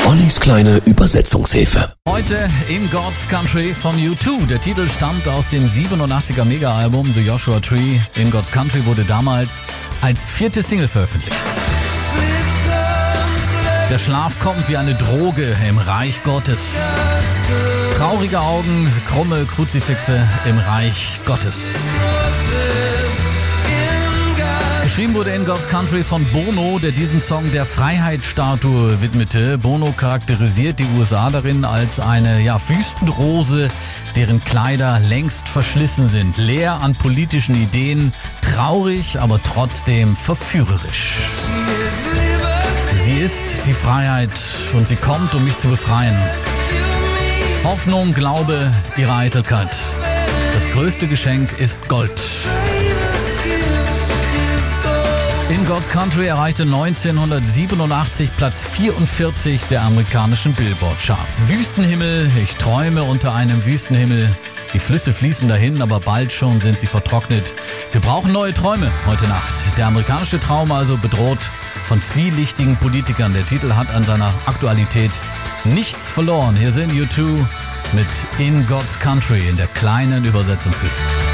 Ollis kleine Übersetzungshilfe. Heute in God's Country von U2. Der Titel stammt aus dem 87er Mega-Album The Joshua Tree. In God's Country wurde damals als 4. Single veröffentlicht. Der Schlaf kommt wie eine Droge im Reich Gottes. Traurige Augen, krumme Kruzifixe im Reich Gottes. Geschrieben wurde In God's Country von Bono, der diesen Song der Freiheitsstatue widmete. Bono charakterisiert die USA darin als eine Wüstenrose, deren Kleider längst verschlissen sind. Leer an politischen Ideen, traurig, aber trotzdem verführerisch. Sie ist die Freiheit und sie kommt, um mich zu befreien. Hoffnung, Glaube, ihre Eitelkeit. Das größte Geschenk ist Gold. In God's Country erreichte 1987 Platz 44 der amerikanischen Billboard-Charts. Wüstenhimmel, ich träume unter einem Wüstenhimmel. Die Flüsse fließen dahin, aber bald schon sind sie vertrocknet. Wir brauchen neue Träume heute Nacht. Der amerikanische Traum also bedroht von zwielichtigen Politikern. Der Titel hat an seiner Aktualität nichts verloren. Hier sind U2 mit In God's Country in der kleinen Übersetzungshilfe.